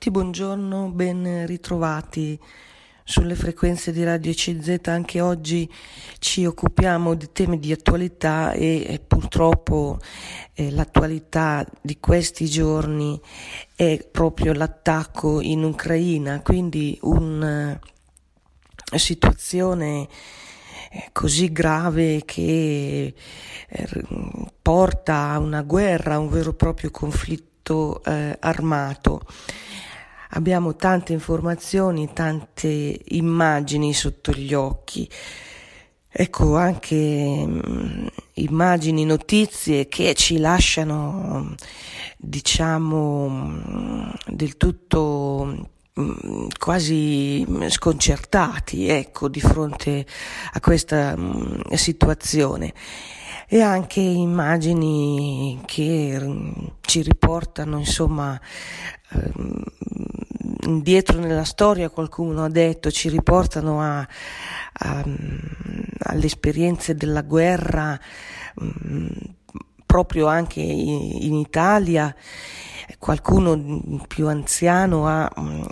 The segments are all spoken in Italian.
tutti, buongiorno, ben ritrovati sulle frequenze di Radio CZ. Anche oggi ci occupiamo di temi di attualità e purtroppo l'attualità di questi giorni è proprio l'attacco in Ucraina, quindi una situazione così grave che porta a una guerra, a un vero e proprio conflitto armato. Abbiamo tante informazioni, tante immagini sotto gli occhi, ecco, anche immagini, notizie che ci lasciano, diciamo, del tutto quasi sconcertati, ecco, di fronte a questa situazione, e anche immagini che ci riportano, insomma, indietro nella storia. Qualcuno ha detto, ci riportano alle esperienze della guerra, proprio anche in Italia. Qualcuno più anziano ha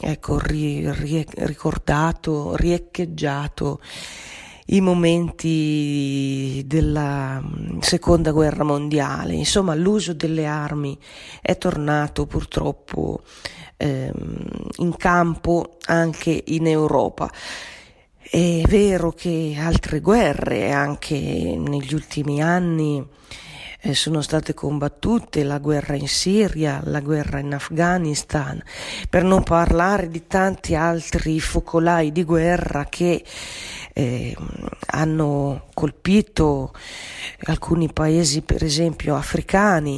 ricordato, riecheggiato i momenti della seconda guerra mondiale. Insomma, l'uso delle armi è tornato purtroppo in campo anche in Europa. È vero che altre guerre anche negli ultimi anni sono state combattute, la guerra in Siria, la guerra in Afghanistan, per non parlare di tanti altri focolai di guerra che hanno colpito alcuni paesi, per esempio africani.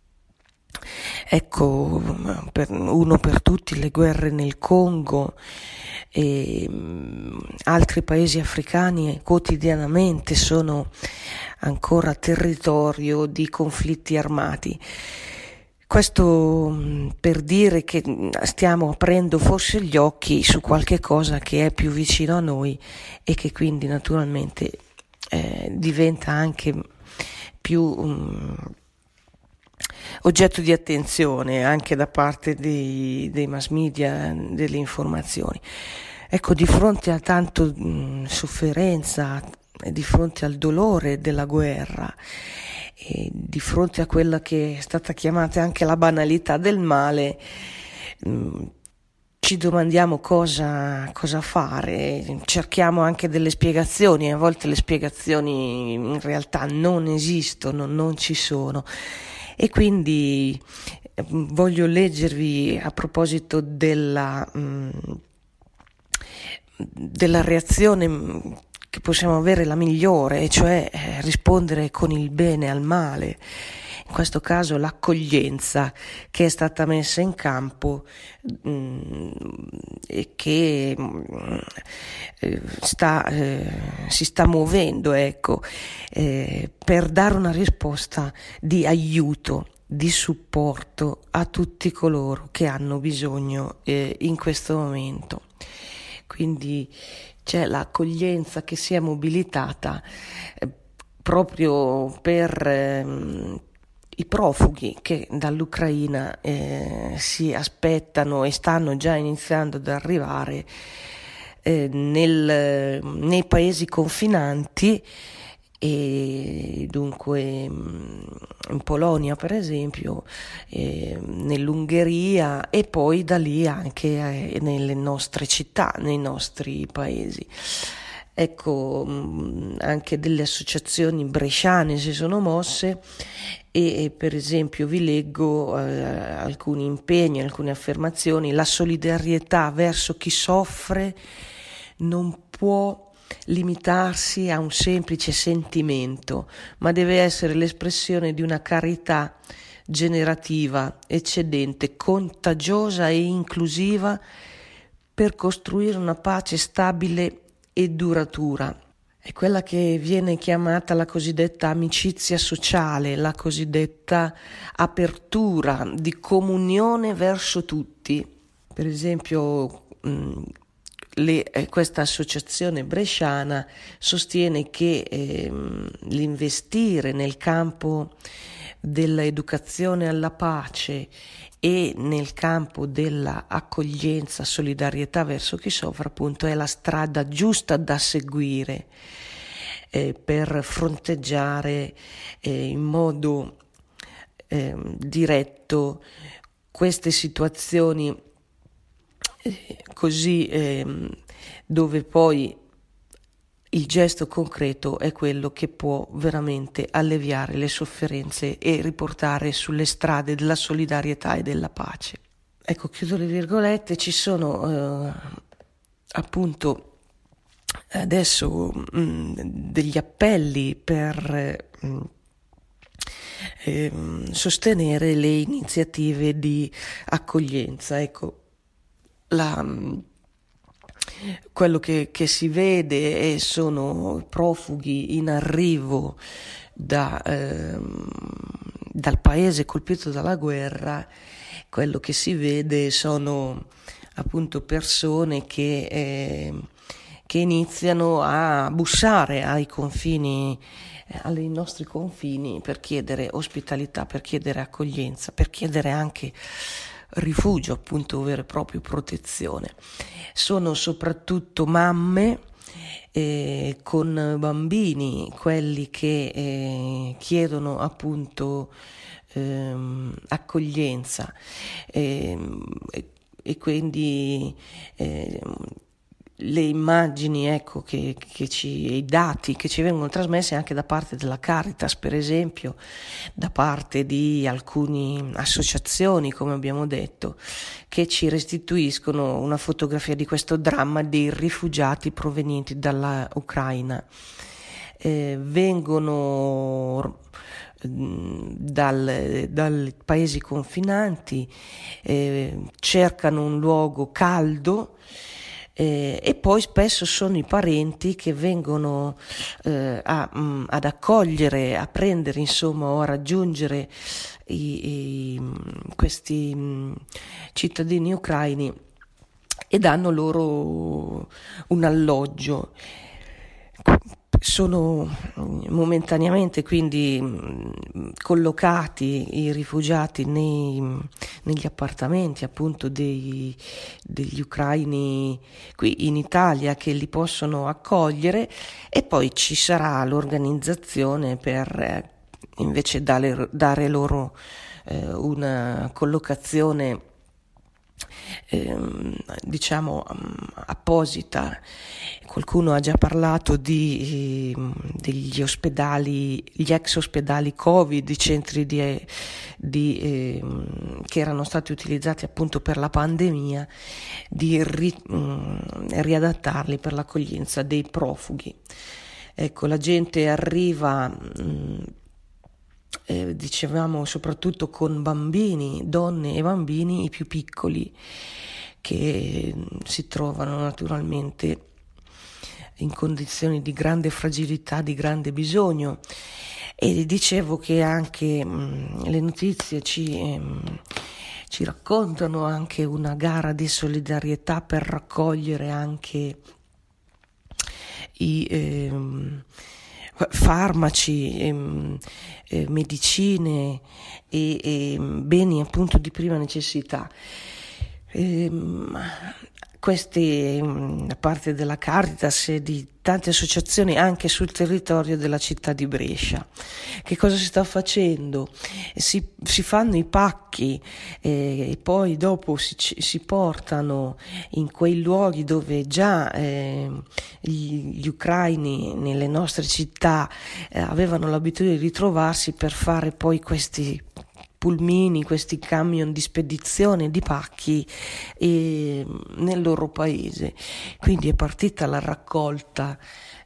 Ecco, uno per tutti, le guerre nel Congo, e altri paesi africani quotidianamente sono ancora territorio di conflitti armati. Questo per dire che stiamo aprendo forse gli occhi su qualche cosa che è più vicino a noi e che quindi naturalmente diventa anche più oggetto di attenzione anche da parte dei mass media, delle informazioni. Ecco, di fronte a tanto sofferenza, di fronte al dolore della guerra, e di fronte a quella che è stata chiamata anche la banalità del male, ci domandiamo cosa fare, cerchiamo anche delle spiegazioni. A volte le spiegazioni in realtà non esistono, non ci sono. E quindi voglio leggervi, a proposito della reazione che possiamo avere, la migliore, cioè rispondere con il bene al male. In questo caso l'accoglienza che è stata messa in campo e che si sta muovendo, ecco, per dare una risposta di aiuto, di supporto a tutti coloro che hanno bisogno in questo momento. Quindi c'è l'accoglienza che si è mobilitata proprio per i profughi che dall'Ucraina si aspettano e stanno già iniziando ad arrivare nei paesi confinanti, e dunque in Polonia, per esempio, nell'Ungheria, e poi da lì anche nelle nostre città, nei nostri paesi. Ecco, anche delle associazioni bresciane si sono mosse e per esempio vi leggo alcuni impegni, alcune affermazioni. La solidarietà verso chi soffre non può limitarsi a un semplice sentimento, ma deve essere l'espressione di una carità generativa, eccedente, contagiosa e inclusiva per costruire una pace stabile e duratura. È quella che viene chiamata la cosiddetta amicizia sociale, la cosiddetta apertura di comunione verso tutti. Per esempio, questa associazione bresciana sostiene che l'investire nel campo dell'educazione alla pace e nel campo della accoglienza, solidarietà verso chi soffre, appunto, è la strada giusta da seguire per fronteggiare in modo diretto queste situazioni così dove poi il gesto concreto è quello che può veramente alleviare le sofferenze e riportare sulle strade della solidarietà e della pace. Ecco, chiudo le virgolette. Ci sono appunto adesso degli appelli per sostenere le iniziative di accoglienza. Ecco, quello che si vede sono profughi in arrivo dal paese colpito dalla guerra. Quello che si vede sono appunto persone che iniziano a bussare ai confini, ai nostri confini, per chiedere ospitalità, per chiedere accoglienza, per chiedere anche rifugio, appunto vero e proprio, protezione. Sono soprattutto mamme con bambini, quelli che chiedono appunto accoglienza e quindi le immagini, ecco, i dati che ci vengono trasmessi anche da parte della Caritas, per esempio, da parte di alcune associazioni, come abbiamo detto, che ci restituiscono una fotografia di questo dramma dei rifugiati provenienti dalla Ucraina. Vengono dai paesi confinanti, cercano un luogo caldo, e poi spesso sono i parenti che vengono ad accogliere, a prendere, insomma, o a raggiungere questi cittadini ucraini e danno loro un alloggio. Sono momentaneamente quindi collocati i rifugiati negli appartamenti, appunto, degli ucraini qui in Italia, che li possono accogliere, e poi ci sarà l'organizzazione per invece dare loro una collocazione diciamo apposita. Qualcuno ha già parlato degli ospedali, gli ex ospedali Covid, i centri che erano stati utilizzati appunto per la pandemia, di riadattarli per l'accoglienza dei profughi. Ecco, la gente arriva, dicevamo, soprattutto con bambini, donne e bambini, i più piccoli, che si trovano naturalmente in condizioni di grande fragilità, di grande bisogno. E dicevo che anche le notizie ci raccontano anche una gara di solidarietà per raccogliere anche i farmaci, medicine e beni appunto di prima necessità. Queste, da parte della Caritas e di tante associazioni anche sul territorio della città di Brescia. Che cosa si sta facendo? Si fanno i pacchi e poi dopo si portano in quei luoghi dove già gli ucraini nelle nostre città avevano l'abitudine di ritrovarsi, per fare poi questi pulmini, questi camion di spedizione di pacchi nel loro paese. Quindi è partita la raccolta,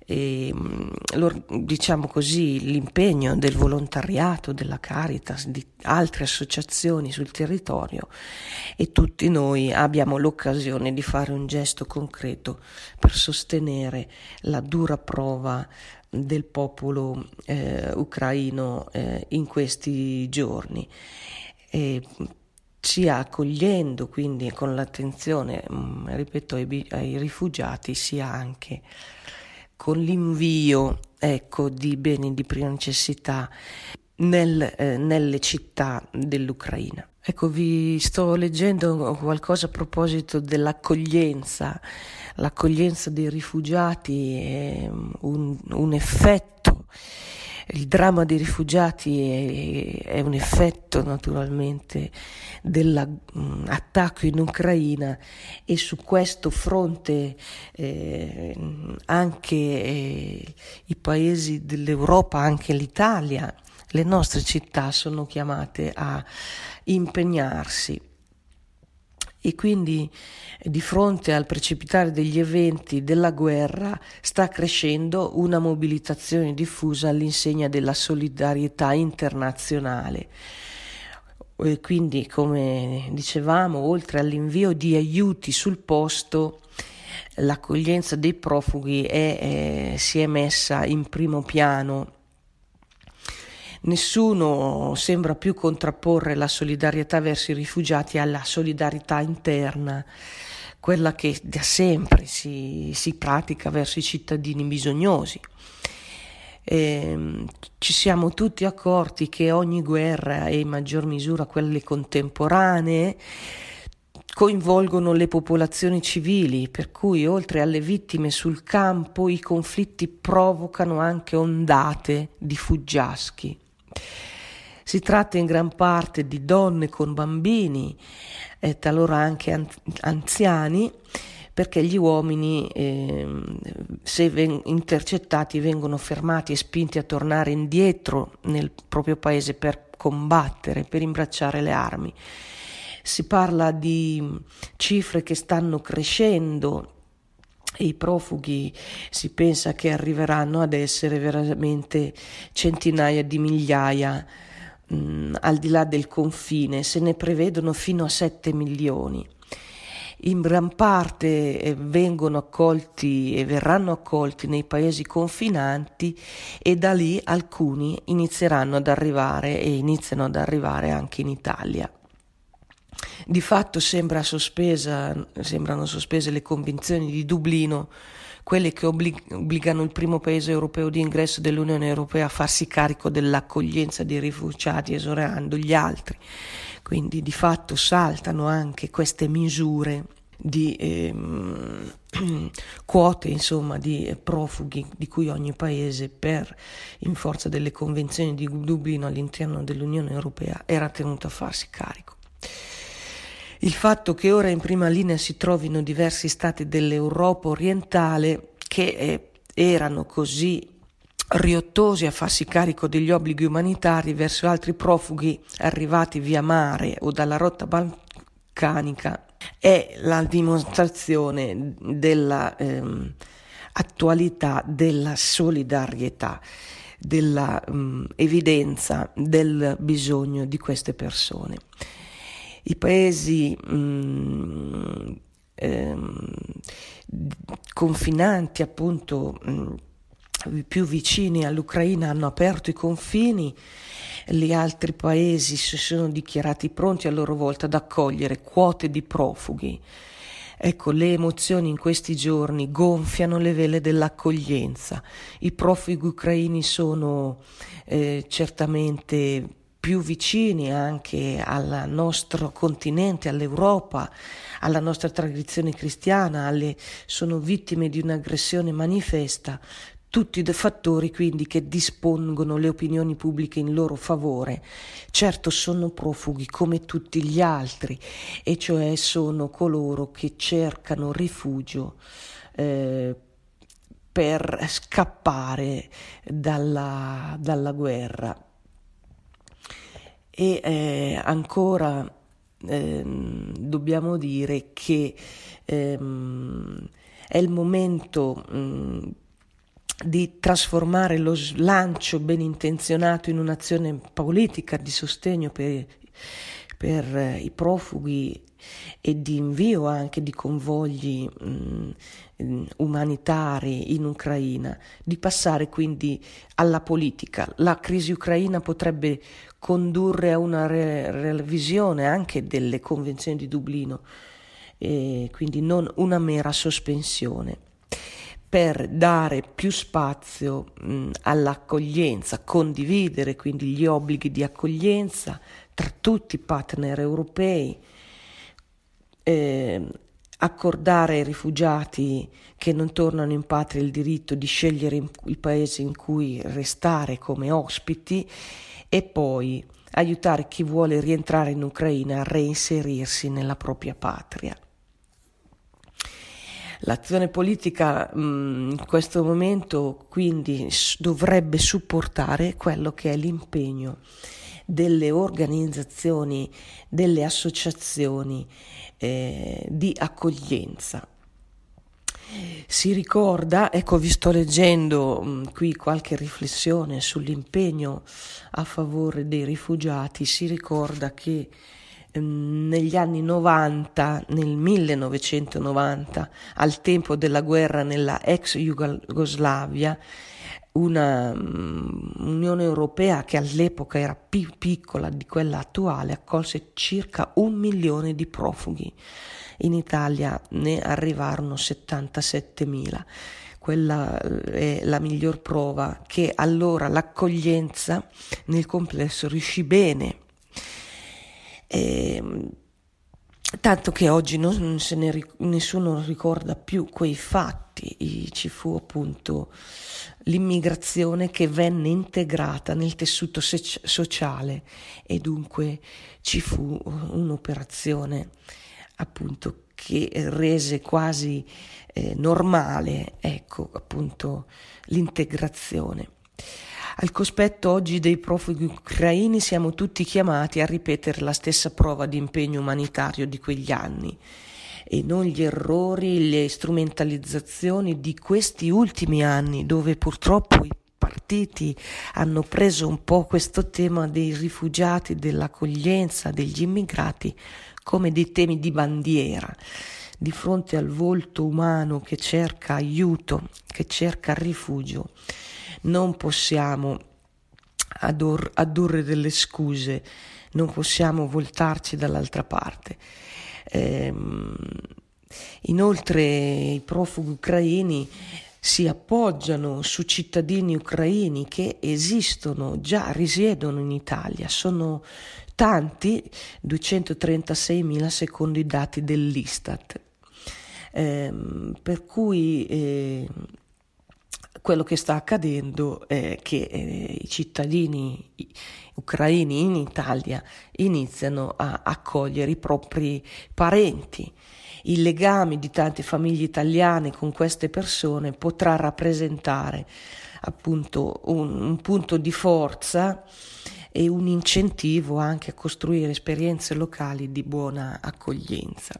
diciamo così, l'impegno del volontariato, della Caritas, di altre associazioni sul territorio, e tutti noi abbiamo l'occasione di fare un gesto concreto per sostenere la dura prova del popolo ucraino in questi giorni. sia accogliendo quindi con l'attenzione, ripeto, ai rifugiati, sia anche con l'invio, ecco, di beni di prima necessità nelle città dell'Ucraina. Ecco, vi sto leggendo qualcosa a proposito dell'accoglienza. L'accoglienza dei rifugiati è un effetto. Il dramma dei rifugiati è un effetto naturalmente dell'attacco in Ucraina, e su questo fronte anche i paesi dell'Europa, anche l'Italia, le nostre città sono chiamate a impegnarsi. E quindi di fronte al precipitare degli eventi della guerra sta crescendo una mobilitazione diffusa all'insegna della solidarietà internazionale. E quindi, come dicevamo, oltre all'invio di aiuti sul posto, l'accoglienza dei profughi si è messa in primo piano. Nessuno sembra più contrapporre la solidarietà verso i rifugiati alla solidarietà interna, quella che da sempre si pratica verso i cittadini bisognosi. Ci siamo tutti accorti che ogni guerra, e in maggior misura quelle contemporanee, coinvolgono le popolazioni civili, per cui oltre alle vittime sul campo i conflitti provocano anche ondate di fuggiaschi. Si tratta in gran parte di donne con bambini, talora anche anziani, perché gli uomini, se intercettati, vengono fermati e spinti a tornare indietro nel proprio paese per combattere, per imbracciare le armi. Si parla di cifre che stanno crescendo. I profughi si pensa che arriveranno ad essere veramente centinaia di migliaia al di là del confine, se ne prevedono fino a 7 milioni. In gran parte vengono accolti e verranno accolti nei paesi confinanti, e da lì alcuni inizieranno ad arrivare e iniziano ad arrivare anche in Italia. Di fatto sembrano sospese le convenzioni di Dublino, quelle che obbligano il primo paese europeo di ingresso dell'Unione Europea a farsi carico dell'accoglienza dei rifugiati, esonerando gli altri. Quindi di fatto saltano anche queste misure di quote, insomma, di profughi di cui ogni paese, in forza delle convenzioni di Dublino all'interno dell'Unione Europea, era tenuto a farsi carico. Il fatto che ora in prima linea si trovino diversi stati dell'Europa orientale che erano così riottosi a farsi carico degli obblighi umanitari verso altri profughi arrivati via mare o dalla rotta balcanica è la dimostrazione della attualità della solidarietà, della evidenza del bisogno di queste persone. I paesi confinanti, appunto, più vicini all'Ucraina hanno aperto i confini, gli altri paesi si sono dichiarati pronti a loro volta ad accogliere quote di profughi. Ecco, le emozioni in questi giorni gonfiano le vele dell'accoglienza. I profughi ucraini sono certamente più vicini anche al nostro continente, all'Europa, alla nostra tradizione cristiana, sono vittime di un'aggressione manifesta, tutti dei fattori quindi che dispongono le opinioni pubbliche in loro favore. Certo, sono profughi come tutti gli altri, e cioè sono coloro che cercano rifugio per scappare dalla guerra. E ancora dobbiamo dire che è il momento di trasformare lo slancio ben intenzionato in un'azione politica di sostegno per i profughi e di invio anche di convogli umanitari in Ucraina, di passare quindi alla politica. La crisi ucraina potrebbe condurre a una revisione anche delle convenzioni di Dublino, quindi non una mera sospensione, per dare più spazio all'accoglienza, condividere quindi gli obblighi di accoglienza tra tutti i partner europei, accordare ai rifugiati che non tornano in patria il diritto di scegliere il paese in cui restare come ospiti, e poi aiutare chi vuole rientrare in Ucraina a reinserirsi nella propria patria. L'azione politica in questo momento quindi dovrebbe supportare quello che è l'impegno delle organizzazioni, delle associazioni di accoglienza. Si ricorda, ecco, vi sto leggendo qui qualche riflessione sull'impegno a favore dei rifugiati. Si ricorda che negli anni 90, nel 1990, al tempo della guerra nella ex Jugoslavia, una Unione Europea che all'epoca era più piccola di quella attuale accolse circa 1 milione di profughi. In Italia ne arrivarono 77.000. Quella è la miglior prova che allora l'accoglienza nel complesso riuscì bene. Tanto che oggi nessuno ricorda più quei fatti. Ci fu appunto l'immigrazione che venne integrata nel tessuto sociale, e dunque ci fu un'operazione appunto che rese quasi normale, ecco, appunto l'integrazione. Al cospetto oggi dei profughi ucraini siamo tutti chiamati a ripetere la stessa prova di impegno umanitario di quegli anni, e non gli errori, le strumentalizzazioni di questi ultimi anni, dove purtroppo i partiti hanno preso un po' questo tema dei rifugiati, dell'accoglienza, degli immigrati come dei temi di bandiera. Di fronte al volto umano che cerca aiuto, che cerca rifugio, non possiamo addurre delle scuse, non possiamo voltarci dall'altra parte. Inoltre i profughi ucraini si appoggiano su cittadini ucraini che esistono, già risiedono in Italia, sono tanti, 236.000 secondo i dati dell'Istat, per cui quello che sta accadendo è che i cittadini ucraini in Italia iniziano a accogliere i propri parenti. I legami di tante famiglie italiane con queste persone potrà rappresentare appunto un punto di forza e un incentivo anche a costruire esperienze locali di buona accoglienza.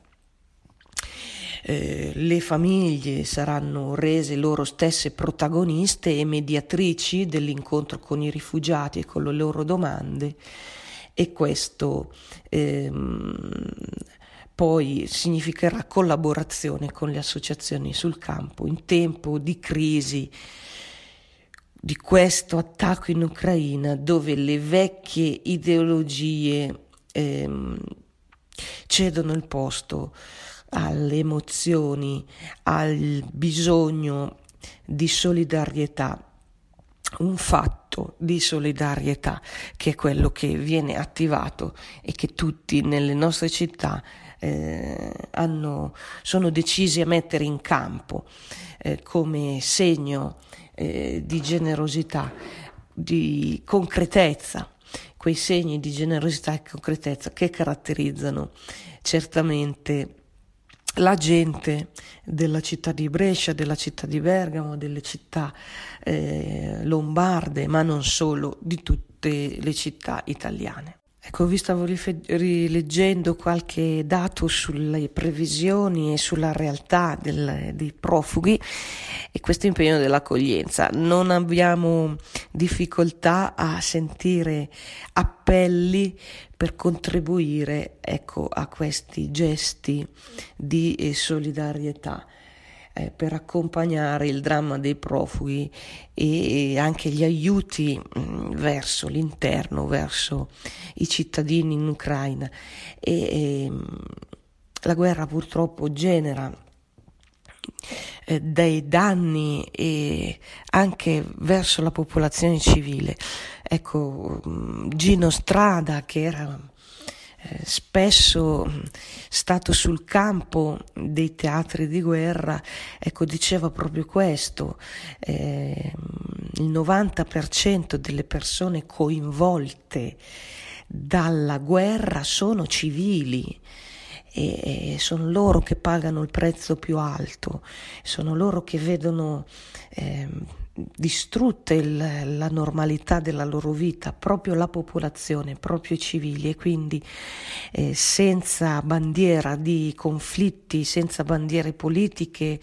Le famiglie saranno rese loro stesse protagoniste e mediatrici dell'incontro con i rifugiati e con le loro domande, e questo poi significherà collaborazione con le associazioni sul campo in tempo di crisi di questo attacco in Ucraina, dove le vecchie ideologie cedono il posto alle emozioni, al bisogno di solidarietà, un fatto di solidarietà che è quello che viene attivato e che tutti nelle nostre città sono decisi a mettere in campo come segno di generosità, di concretezza, quei segni di generosità e concretezza che caratterizzano certamente la gente della città di Brescia, della città di Bergamo, delle città lombarde, ma non solo, di tutte le città italiane. Ecco, vi stavo rileggendo qualche dato sulle previsioni e sulla realtà dei profughi e questo impegno dell'accoglienza. Non abbiamo difficoltà a sentire appelli per contribuire, ecco, a questi gesti di solidarietà. Per accompagnare il dramma dei profughi e anche gli aiuti verso l'interno, verso i cittadini in Ucraina. La guerra purtroppo genera dei danni e anche verso la popolazione civile. Ecco, Gino Strada, che era spesso stato sul campo dei teatri di guerra, ecco, diceva proprio questo: il 90% delle persone coinvolte dalla guerra sono civili e sono loro che pagano il prezzo più alto, sono loro che vedono distrutte la normalità della loro vita, proprio la popolazione, proprio i civili, e quindi senza bandiera di conflitti, senza bandiere politiche,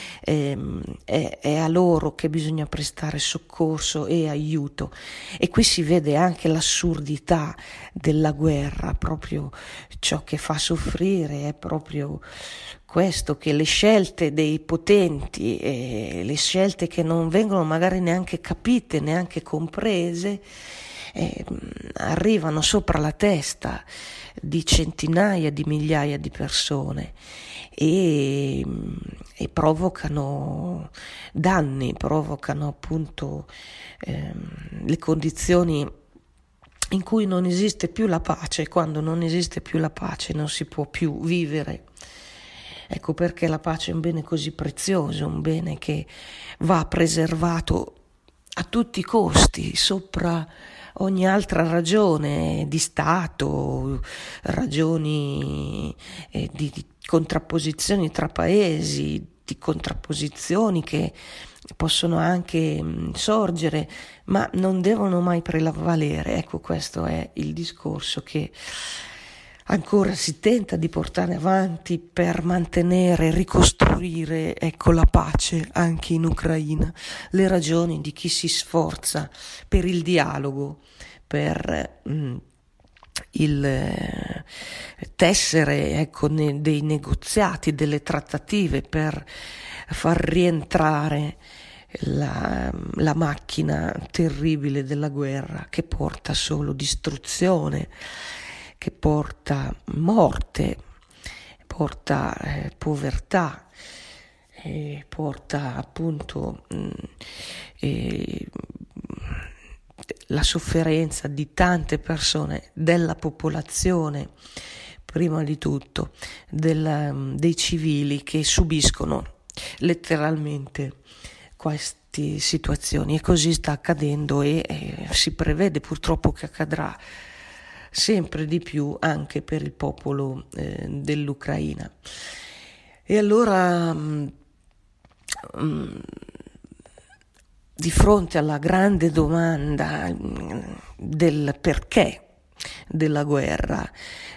è a loro che bisogna prestare soccorso e aiuto. E qui si vede anche l'assurdità della guerra, proprio ciò che fa soffrire è proprio questo, che le scelte dei potenti e le scelte che non vengono magari neanche capite, neanche comprese, arrivano sopra la testa di centinaia di migliaia di persone e provocano danni, provocano appunto le condizioni in cui non esiste più la pace, e quando non esiste più la pace non si può più vivere. Ecco perché la pace è un bene così prezioso, un bene che va preservato a tutti i costi, sopra ogni altra ragione di Stato, ragioni di contrapposizioni tra paesi, di contrapposizioni che possono anche sorgere, ma non devono mai prevalere. Ecco, questo è il discorso che ancora si tenta di portare avanti per mantenere, ricostruire, ecco, la pace anche in Ucraina. Le ragioni di chi si sforza per il dialogo, per il tessere, ecco, dei negoziati, delle trattative per far rientrare la macchina terribile della guerra, che porta solo distruzione, che porta morte, porta povertà, porta appunto la sofferenza di tante persone, della popolazione, prima di tutto, dei civili che subiscono letteralmente queste situazioni. E così sta accadendo e si prevede purtroppo che accadrà sempre di più anche per il popolo dell'Ucraina. E allora di fronte alla grande domanda del perché della guerra,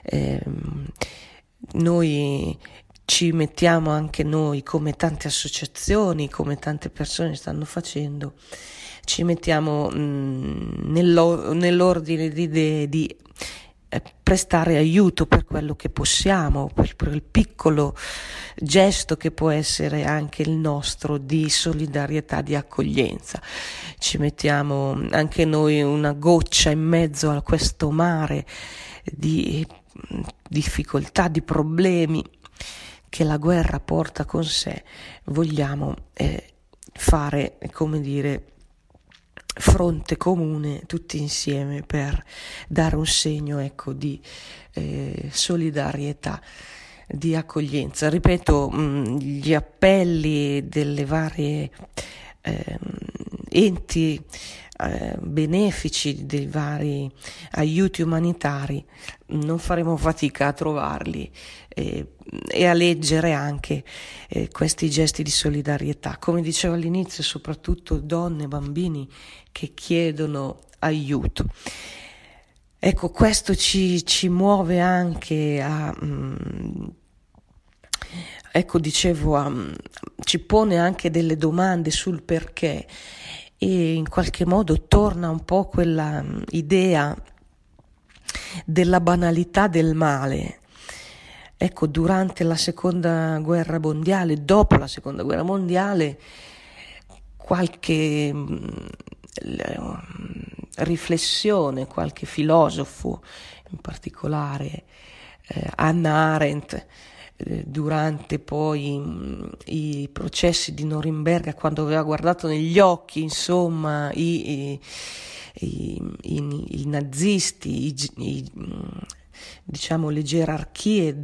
noi ci mettiamo anche noi, come tante associazioni, come tante persone stanno facendo, ci mettiamo nell'ordine di idee di prestare aiuto per quello che possiamo, per il piccolo gesto che può essere anche il nostro di solidarietà, di accoglienza. Ci mettiamo anche noi una goccia in mezzo a questo mare di difficoltà, di problemi che la guerra porta con sé. Vogliamo fare, come dire, fronte comune tutti insieme per dare un segno, ecco, di solidarietà, di accoglienza. Ripeto, gli appelli delle varie enti benefici, dei vari aiuti umanitari, non faremo fatica a trovarli e a leggere anche questi gesti di solidarietà, come dicevo all'inizio, soprattutto donne e bambini che chiedono aiuto. Ecco, questo ci muove anche a, ecco, dicevo, ci pone anche delle domande sul perché, e in qualche modo torna un po' quella idea della banalità del male. Ecco, durante la seconda guerra mondiale, dopo la seconda guerra mondiale, qualche riflessione, qualche filosofo, in particolare Hannah Arendt, durante poi i processi di Norimberga, quando aveva guardato negli occhi, insomma, i nazisti, diciamo le gerarchie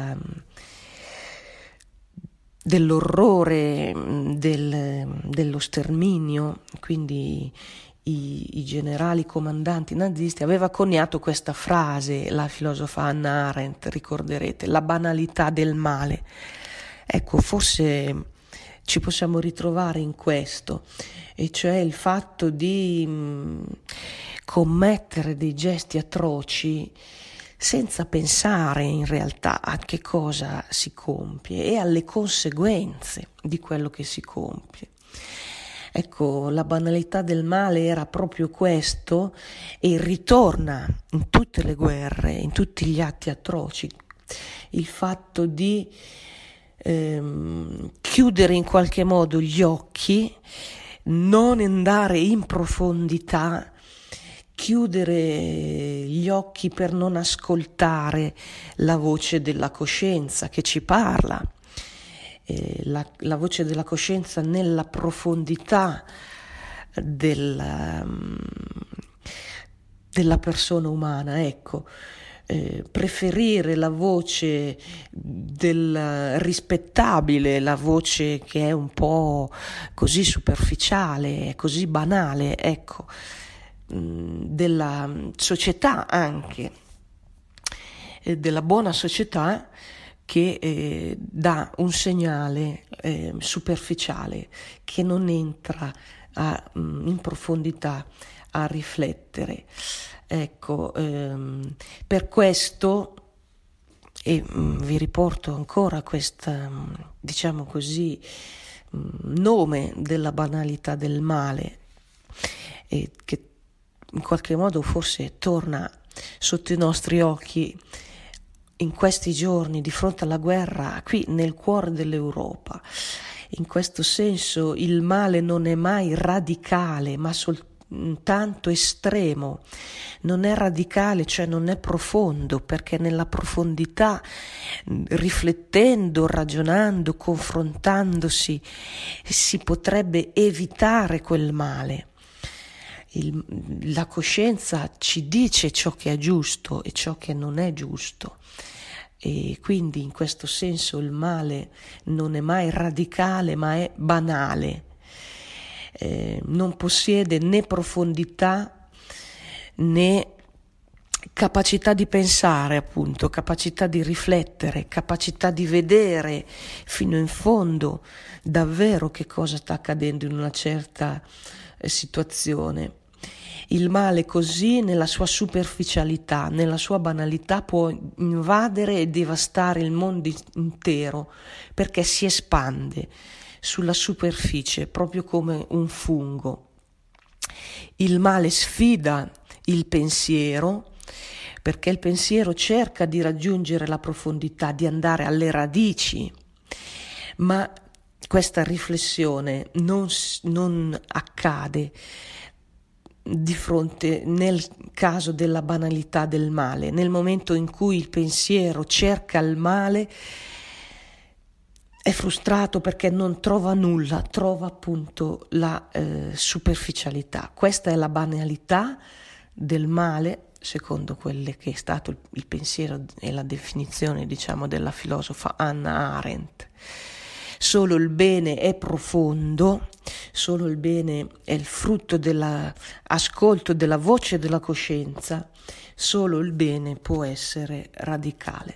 dell'orrore dello sterminio, quindi i generali comandanti nazisti, aveva coniato questa frase, la filosofa Hannah Arendt, ricorderete, la banalità del male. Ecco, forse ci possiamo ritrovare in questo, e cioè il fatto di commettere dei gesti atroci senza pensare in realtà a che cosa si compie e alle conseguenze di quello che si compie. Ecco, la banalità del male era proprio questo, e ritorna in tutte le guerre, in tutti gli atti atroci, il fatto di chiudere in qualche modo gli occhi, non andare in profondità, chiudere gli occhi per non ascoltare la voce della coscienza che ci parla. La voce della coscienza nella profondità della persona umana, ecco. Preferire la voce del rispettabile, la voce che è un po' così superficiale, così banale, ecco, della società anche, della buona società, che dà un segnale superficiale, che non entra in profondità a riflettere. Ecco, per questo, e vi riporto ancora questa, diciamo così, nome della banalità del male, che in qualche modo forse torna sotto i nostri occhi in questi giorni di fronte alla guerra qui nel cuore dell'Europa. In questo senso il male non è mai radicale, ma soltanto estremo. Non è radicale, cioè non è profondo, perché nella profondità, riflettendo, ragionando, confrontandosi, si potrebbe evitare quel male. La coscienza ci dice ciò che è giusto e ciò che non è giusto, e quindi in questo senso il male non è mai radicale, ma è banale, non possiede né profondità né capacità di pensare, appunto, capacità di riflettere, capacità di vedere fino in fondo davvero che cosa sta accadendo in una certa situazione. Il male così, nella sua superficialità, nella sua banalità, può invadere e devastare il mondo intero, perché si espande sulla superficie proprio come un fungo. Il male sfida il pensiero, perché il pensiero cerca di raggiungere la profondità, di andare alle radici, ma questa riflessione non accade di fronte, nel caso della banalità del male. Nel momento in cui il pensiero cerca il male, è frustrato perché non trova nulla, trova appunto la superficialità. Questa è la banalità del male, secondo quelle che è stato il pensiero e la definizione, diciamo, della filosofa Hannah Arendt. Solo il bene è profondo, solo il bene è il frutto dell'ascolto della voce della coscienza, solo il bene può essere radicale.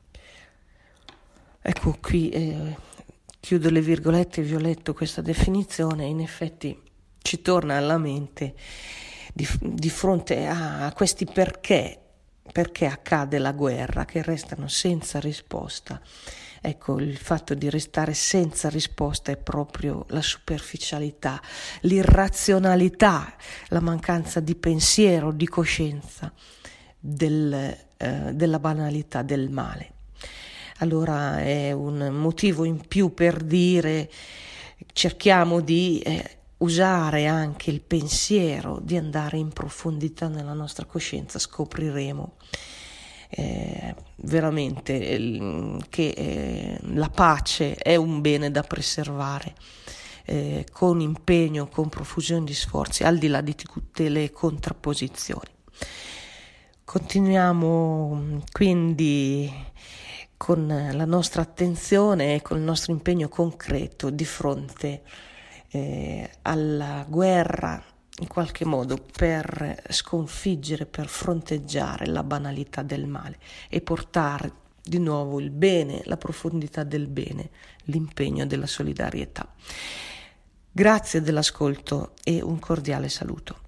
Ecco, qui chiudo le virgolette, vi ho letto questa definizione, in effetti ci torna alla mente di fronte a questi perché accade la guerra, che restano senza risposta. Ecco, il fatto di restare senza risposta è proprio la superficialità, l'irrazionalità, la mancanza di pensiero, di coscienza della banalità del male. Allora è un motivo in più per dire: cerchiamo di usare anche il pensiero, di andare in profondità nella nostra coscienza. Scopriremo veramente che la pace è un bene da preservare, con impegno, con profusione di sforzi, al di là di tutte le contrapposizioni. Continuiamo quindi con la nostra attenzione e con il nostro impegno concreto di fronte alla guerra, in qualche modo per sconfiggere, per fronteggiare la banalità del male e portare di nuovo il bene, la profondità del bene, l'impegno della solidarietà. Grazie dell'ascolto e un cordiale saluto.